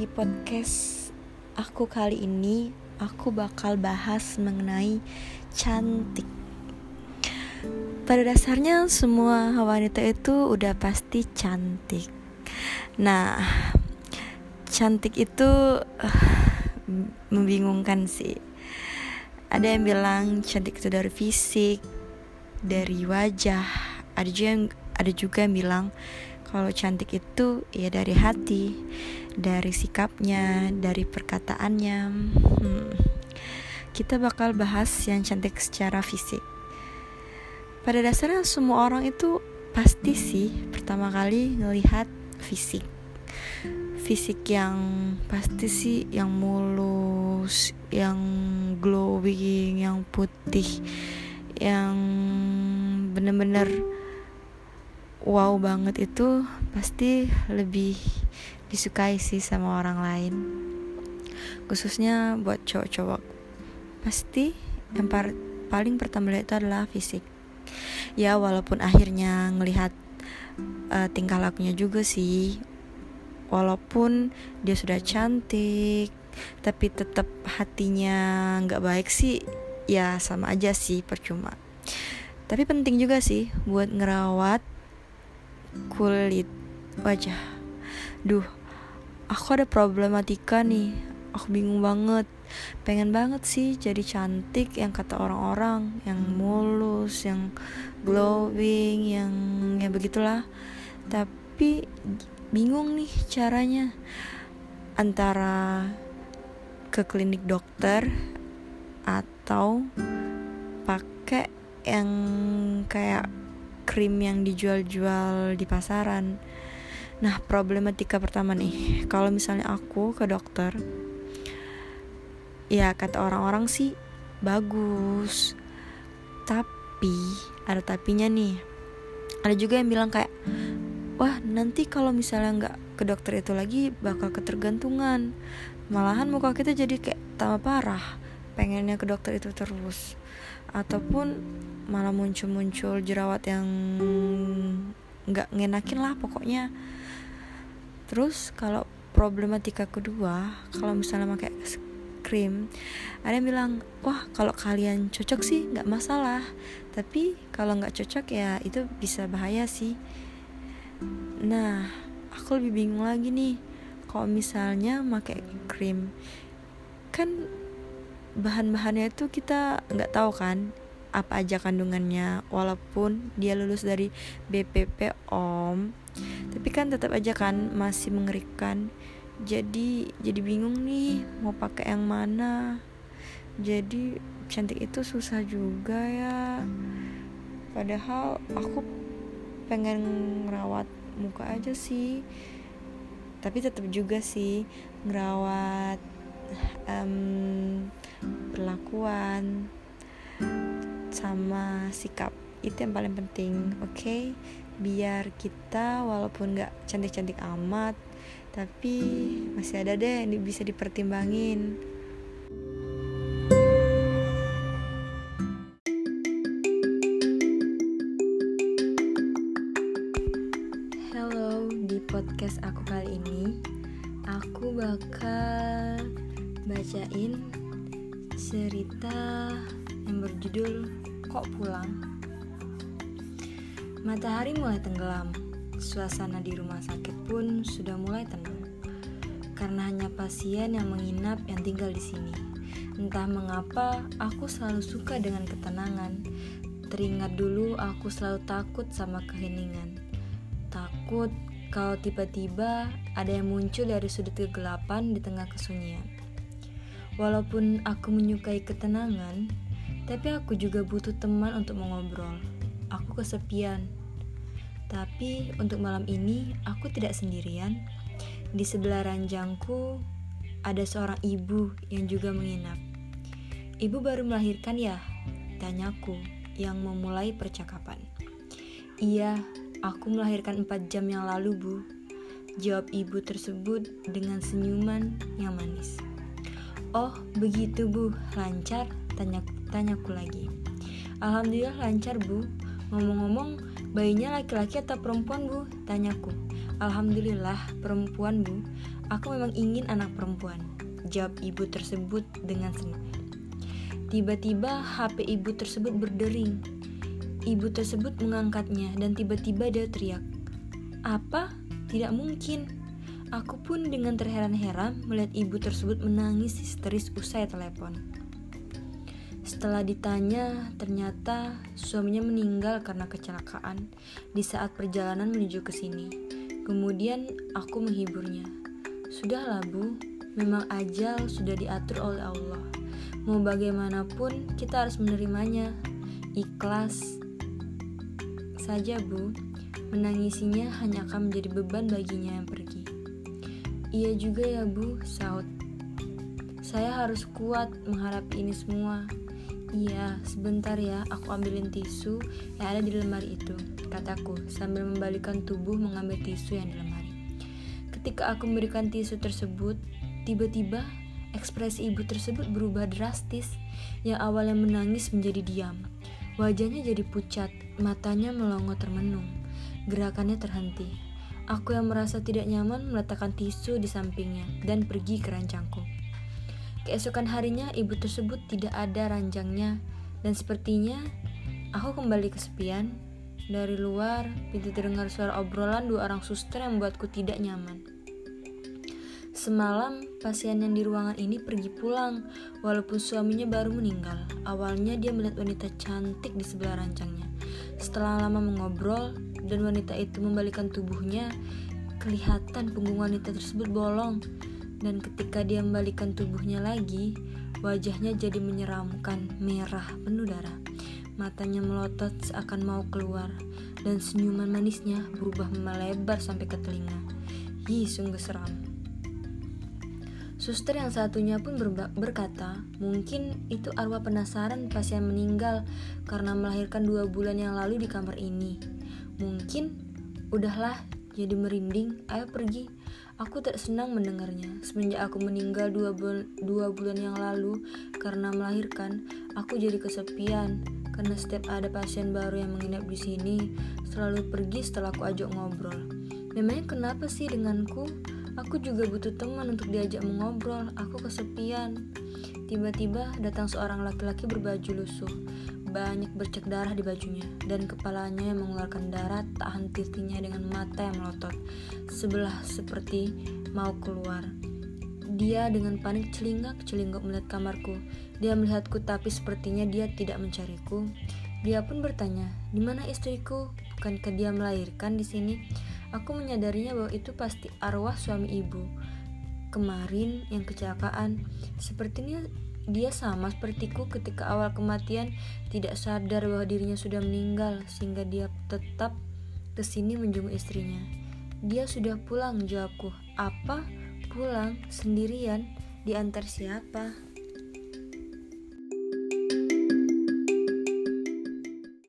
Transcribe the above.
Di podcast aku kali ini, aku bakal bahas mengenai cantik. Pada dasarnya semua wanita itu udah pasti cantik. Nah, cantik itu membingungkan sih. Ada yang bilang cantik itu dari fisik, dari wajah. Ada juga yang bilang kalau cantik itu ya dari hati, dari sikapnya, dari perkataannya. Kita bakal bahas yang cantik secara fisik. Pada dasarnya semua orang itu pasti sih pertama kali ngelihat fisik. Fisik yang pasti sih yang mulus, yang glowing, yang putih, yang bener-bener wow banget, itu pasti lebih disukai sih sama orang lain. Khususnya buat cowok-cowok, pasti yang paling pertama lihat itu adalah fisik. Ya walaupun akhirnya ngelihat tingkah lakunya juga sih. Walaupun dia sudah cantik, tapi tetap hatinya gak baik sih, ya sama aja sih, percuma. Tapi penting juga sih buat ngerawat kulit wajah. Aku ada problematika nih. Aku bingung banget. Pengen banget sih jadi cantik yang kata orang-orang, yang mulus, yang glowing, yang ya begitulah. Tapi bingung nih caranya. Antara ke klinik dokter atau pakai yang kayak krim yang dijual-jual di pasaran. Nah, problematika pertama nih, kalau misalnya aku ke dokter, ya kata orang-orang sih bagus. Tapi ada tapinya nih. Ada juga yang bilang kayak, wah nanti kalau misalnya gak ke dokter itu lagi bakal ketergantungan. Malahan muka kita jadi kayak tambah parah, pengennya ke dokter itu terus. Ataupun malah muncul jerawat yang gak ngenakin lah pokoknya. Terus kalau problematika kedua, kalau misalnya pakai krim, ada yang bilang, wah kalau kalian cocok sih gak masalah, tapi kalau gak cocok ya itu bisa bahaya sih. Nah, aku lebih bingung lagi nih. Kalau misalnya pakai krim, kan bahan-bahannya itu kita gak tahu kan apa aja kandungannya. Walaupun dia lulus dari BPOM, tapi kan tetap aja kan masih mengerikan. Jadi bingung nih mau pakai yang mana. Jadi cantik itu susah juga ya. Padahal aku pengen ngerawat muka aja sih, tapi tetap juga sih ngerawat perlakuan sama sikap. Itu yang paling penting, okay? Biar kita walaupun gak cantik-cantik amat, tapi masih ada deh yang bisa dipertimbangin. Hello, di podcast aku kali ini aku bakal bacain cerita yang berjudul Kok Pulang. Matahari mulai tenggelam. Suasana di rumah sakit pun sudah mulai tenang. Karena hanya pasien yang menginap yang tinggal di sini. Entah mengapa aku selalu suka dengan ketenangan. Teringat dulu aku selalu takut sama keheningan. Takut kalau tiba-tiba ada yang muncul dari sudut kegelapan di tengah kesunyian. Walaupun aku menyukai ketenangan, tapi aku juga butuh teman untuk mengobrol. Aku kesepian. Tapi untuk malam ini aku tidak sendirian. Di sebelah ranjangku ada seorang ibu yang juga menginap. Ibu baru melahirkan ya? Tanyaku yang memulai percakapan. Iya, aku melahirkan 4 jam yang lalu, Bu. Jawab ibu tersebut dengan senyuman yang manis. Oh, begitu, Bu. Lancar? Tanyaku lagi. Alhamdulillah lancar, Bu. Ngomong-ngomong, bayinya laki-laki atau perempuan, Bu? Tanyaku. Alhamdulillah perempuan, Bu. Aku memang ingin anak perempuan, jawab ibu tersebut dengan senyum. Tiba-tiba HP ibu tersebut berdering. Ibu tersebut mengangkatnya dan tiba-tiba dia teriak, "Apa? Tidak mungkin." Aku pun dengan terheran-heran melihat ibu tersebut menangis histeris usai telepon. Setelah ditanya, ternyata suaminya meninggal karena kecelakaan di saat perjalanan menuju ke sini. Kemudian aku menghiburnya. "Sudahlah, Bu, memang ajal sudah diatur oleh Allah. Mau bagaimanapun kita harus menerimanya. Ikhlas saja, Bu. Menangisinya hanya akan menjadi beban baginya yang pergi." "Iya juga ya, Bu," sahut. "Saya harus kuat menghadapi ini semua." "Iya, sebentar ya, aku ambilin tisu yang ada di lemari itu," kataku sambil membalikkan tubuh mengambil tisu yang di lemari. Ketika aku memberikan tisu tersebut, tiba-tiba ekspresi ibu tersebut berubah drastis. Yang awalnya menangis menjadi diam. Wajahnya jadi pucat, matanya melongo termenung. Gerakannya terhenti. Aku yang merasa tidak nyaman meletakkan tisu di sampingnya dan pergi ke ranjangku. Keesokan harinya ibu tersebut tidak ada ranjangnya dan sepertinya aku kembali kesepian. Dari luar, pintu terdengar suara obrolan dua orang suster yang membuatku tidak nyaman. Semalam, pasien yang di ruangan ini pergi pulang walaupun suaminya baru meninggal. Awalnya dia melihat wanita cantik di sebelah ranjangnya. Setelah lama mengobrol dan wanita itu membalikkan tubuhnya, kelihatan punggung wanita tersebut bolong. Dan ketika dia membalikkan tubuhnya lagi, wajahnya jadi menyeramkan, merah, penuh darah. Matanya melotot seakan mau keluar, dan senyuman manisnya berubah melebar sampai ke telinga. Sungguh seram. Suster yang satunya pun berkata, mungkin itu arwah penasaran pasien meninggal karena melahirkan 2 bulan yang lalu di kamar ini. Mungkin, udahlah, jadi merinding, ayo pergi. Aku tak senang mendengarnya. Semenjak aku meninggal 2 bulan yang lalu karena melahirkan, aku jadi kesepian. Karena setiap ada pasien baru yang menginap di sini, selalu pergi setelah aku ajak ngobrol. Memangnya kenapa sih denganku? Aku juga butuh teman untuk diajak mengobrol. Aku kesepian. Tiba-tiba datang seorang laki-laki berbaju lusuh. Banyak bercak darah di bajunya, dan kepalanya yang mengeluarkan darah tak henti-hentinya dengan mata yang melotot, sebelah seperti mau keluar. Dia dengan panik celingak-celinguk melihat kamarku. Dia melihatku tapi sepertinya dia tidak mencariku. Dia pun bertanya, "Di mana istriku? Bukankah dia melahirkan di sini?" Aku menyadarinya bahwa itu pasti arwah suami ibu kemarin yang kecelakaan. Sepertinya dia sama sepertiku ketika awal kematian, tidak sadar bahwa dirinya sudah meninggal, sehingga dia tetap kesini menjenguk istrinya. "Dia sudah pulang," jawabku. "Apa? Pulang? Sendirian? Diantar siapa?"